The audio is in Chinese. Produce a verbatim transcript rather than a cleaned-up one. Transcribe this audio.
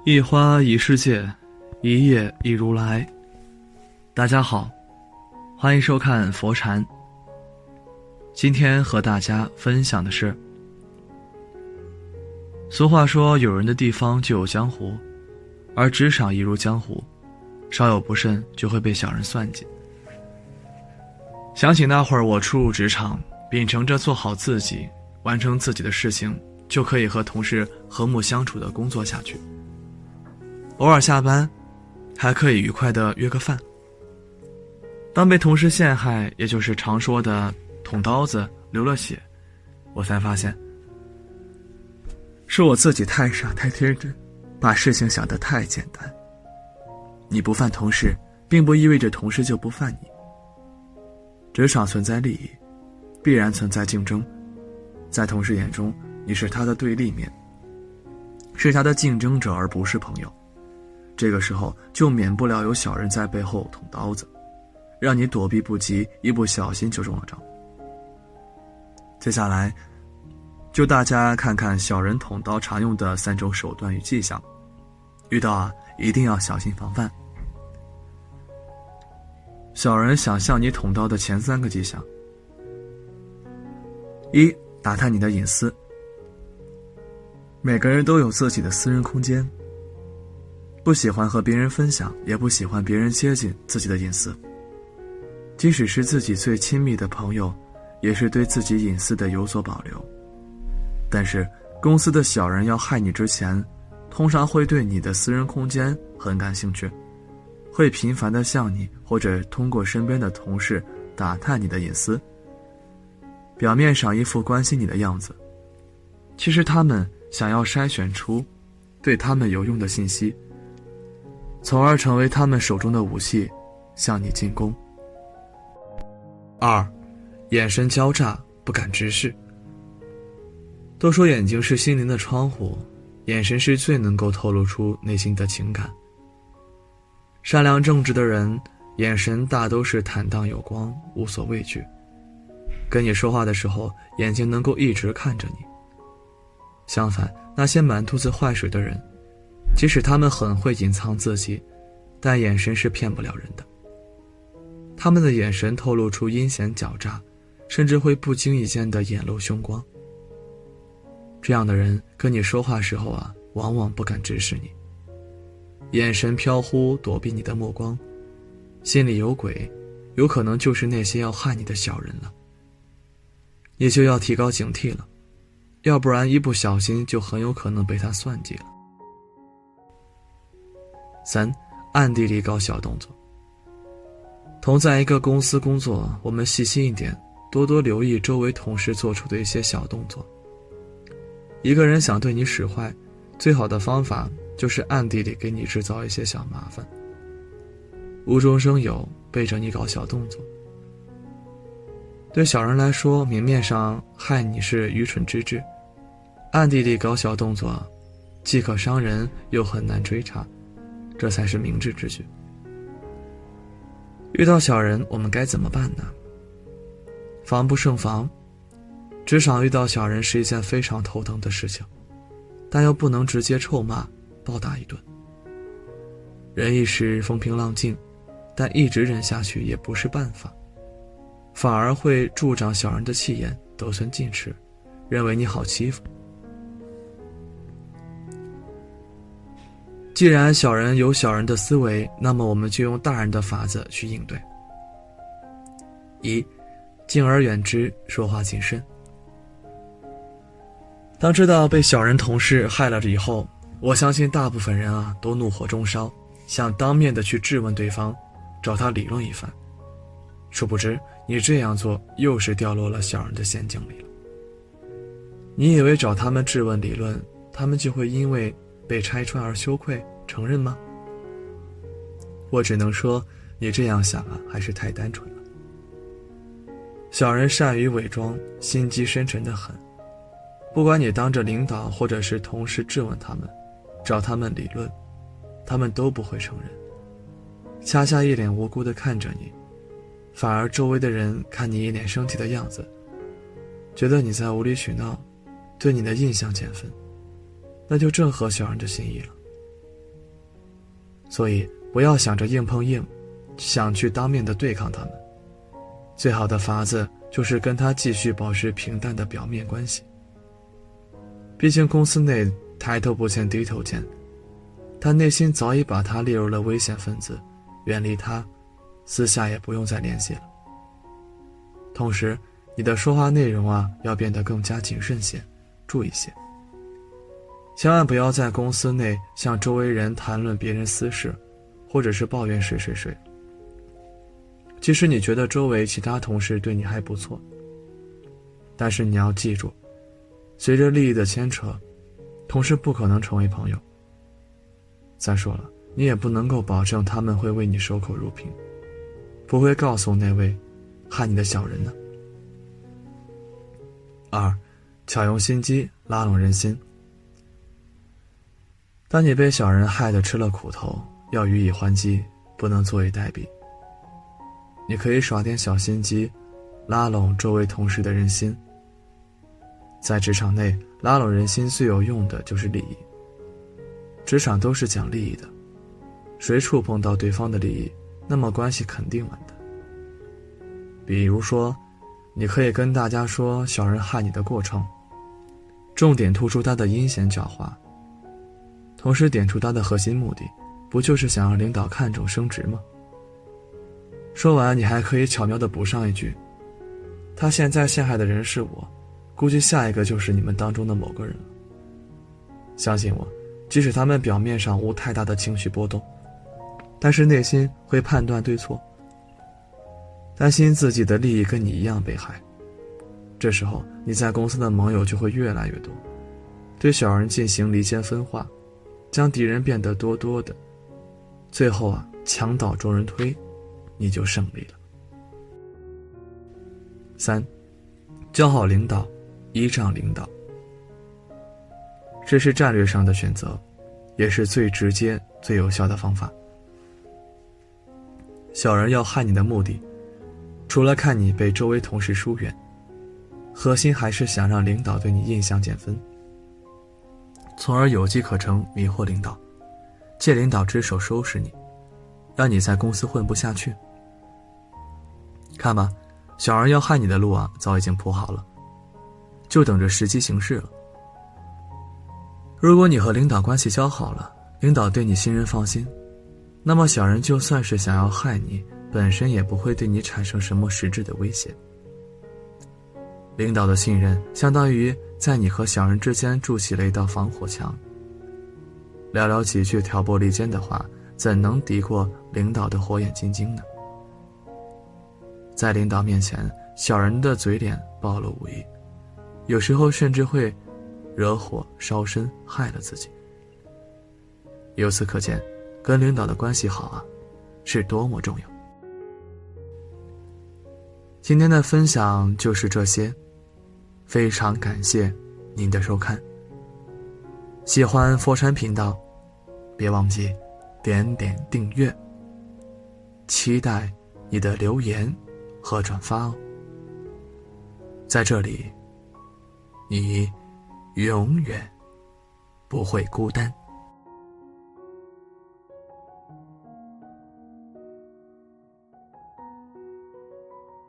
一花一世界，一叶一如来。大家好，欢迎收看佛禅。今天和大家分享的是，俗话说有人的地方就有江湖，而职场亦如江湖，稍有不慎就会被小人算计。想起那会儿我初入职场，秉承着做好自己，完成自己的事情，就可以和同事和睦相处的工作下去，偶尔下班还可以愉快地约个饭。当被同事陷害，也就是常说的捅刀子流了血，我才发现是我自己太傻太天真，把事情想得太简单。你不犯同事，并不意味着同事就不犯你。职场存在利益，必然存在竞争，在同事眼中，你是他的对立面，是他的竞争者，而不是朋友。这个时候就免不了有小人在背后捅刀子，让你躲避不及，一不小心就中了招。接下来就大家看看小人捅刀常用的三种手段与迹象，遇到啊一定要小心防范。小人想向你捅刀的前三个迹象：一、打探你的隐私。每个人都有自己的私人空间，不喜欢和别人分享，也不喜欢别人接近自己的隐私。即使是自己最亲密的朋友，也是对自己隐私的有所保留。但是公司的小人要害你之前，通常会对你的私人空间很感兴趣，会频繁地向你或者通过身边的同事打探你的隐私。表面上一副关心你的样子，其实他们想要筛选出对他们有用的信息，从而成为他们手中的武器，向你进攻。二、眼神交炸，不敢直视。都说眼睛是心灵的窗户，眼神是最能够透露出内心的情感。善良正直的人，眼神大都是坦荡有光，无所畏惧。跟你说话的时候，眼睛能够一直看着你。相反，那些满肚子坏水的人，即使他们很会隐藏自己，但眼神是骗不了人的。他们的眼神透露出阴险狡诈，甚至会不经意间的眼露凶光。这样的人跟你说话时候啊，往往不敢直视你，眼神飘忽，躲避你的目光，心里有鬼，有可能就是那些要害你的小人了。你就要提高警惕了，要不然一不小心就很有可能被他算计了。三、暗地里搞小动作。同在一个公司工作，我们细心一点，多多留意周围同事做出的一些小动作。一个人想对你使坏，最好的方法就是暗地里给你制造一些小麻烦，无中生有，背着你搞小动作。对小人来说，明面上害你是愚蠢之至，暗地里搞小动作，既可伤人又很难追查，这才是明智之举。遇到小人，我们该怎么办呢？防不胜防。职场遇到小人是一件非常头疼的事情，但又不能直接臭骂暴打一顿。忍一时风平浪静，但一直忍下去也不是办法，反而会助长小人的气焰，得寸进尺，认为你好欺负。既然小人有小人的思维，那么我们就用大人的法子去应对。一、敬而远之，说话谨慎。当知道被小人同事害了以后，我相信大部分人啊都怒火中烧，想当面的去质问对方，找他理论一番。殊不知你这样做又是掉落了小人的陷阱里了。你以为找他们质问理论，他们就会因为被拆穿而羞愧承认吗？我只能说，你这样想啊，还是太单纯了。小人善于伪装，心机深沉得很。不管你当着领导或者是同事质问他们，找他们理论，他们都不会承认，恰恰一脸无辜地看着你，反而周围的人看你一脸生气的样子，觉得你在无理取闹，对你的印象减分，那就正合小人的心意了。 所以不要想着硬碰硬，想去当面的对抗他们。最好的法子就是跟他继续保持平淡的表面关系。毕竟公司内抬头不见低头见，他内心早已把他列入了危险分子，远离他，私下也不用再联系了。同时你的说话内容啊，要变得更加谨慎些，注意些。千万不要在公司内向周围人谈论别人私事，或者是抱怨谁谁谁。即使你觉得周围其他同事对你还不错，但是你要记住，随着利益的牵扯，同事不可能成为朋友。再说了，你也不能够保证他们会为你守口如瓶，不会告诉那位害你的小人呢。二，巧用心机拉拢人心。当你被小人害得吃了苦头，要予以还击，不能坐以待毙。你可以耍点小心机，拉拢周围同事的人心。在职场内，拉拢人心最有用的就是利益。职场都是讲利益的，谁触碰到对方的利益，那么关系肯定完蛋。比如说，你可以跟大家说小人害你的过程，重点突出他的阴险狡猾，同时点出他的核心目的，不就是想让领导看重升职吗？说完，你还可以巧妙地补上一句：他现在陷害的人是我，估计下一个就是你们当中的某个人了。相信我，即使他们表面上无太大的情绪波动，但是内心会判断对错，担心自己的利益跟你一样被害。这时候你在公司的盟友就会越来越多，对小人进行离间分化，将敌人变得多多的，最后啊，墙倒众人推，你就胜利了。三，教好领导，依仗领导。这是战略上的选择，也是最直接最有效的方法。小人要害你的目的，除了看你被周围同事疏远，核心还是想让领导对你印象减分，从而有机可乘迷惑领导，借领导之手收拾你，让你在公司混不下去。看吧，小人要害你的路啊，早已经铺好了，就等着时机行事了。如果你和领导关系交好了，领导对你信任放心，那么小人就算是想要害你，本身也不会对你产生什么实质的威胁。领导的信任相当于在你和小人之间筑起了一道防火墙，寥寥几句挑拨离间的话，怎能敌过领导的火眼金睛呢？在领导面前，小人的嘴脸暴露无遗，有时候甚至会惹火烧身，害了自己。由此可见，跟领导的关系好啊，是多么重要。今天的分享就是这些，非常感谢您的收看。喜欢佛山频道，别忘记点点订阅，期待你的留言和转发哦。在这里，你永远不会孤单。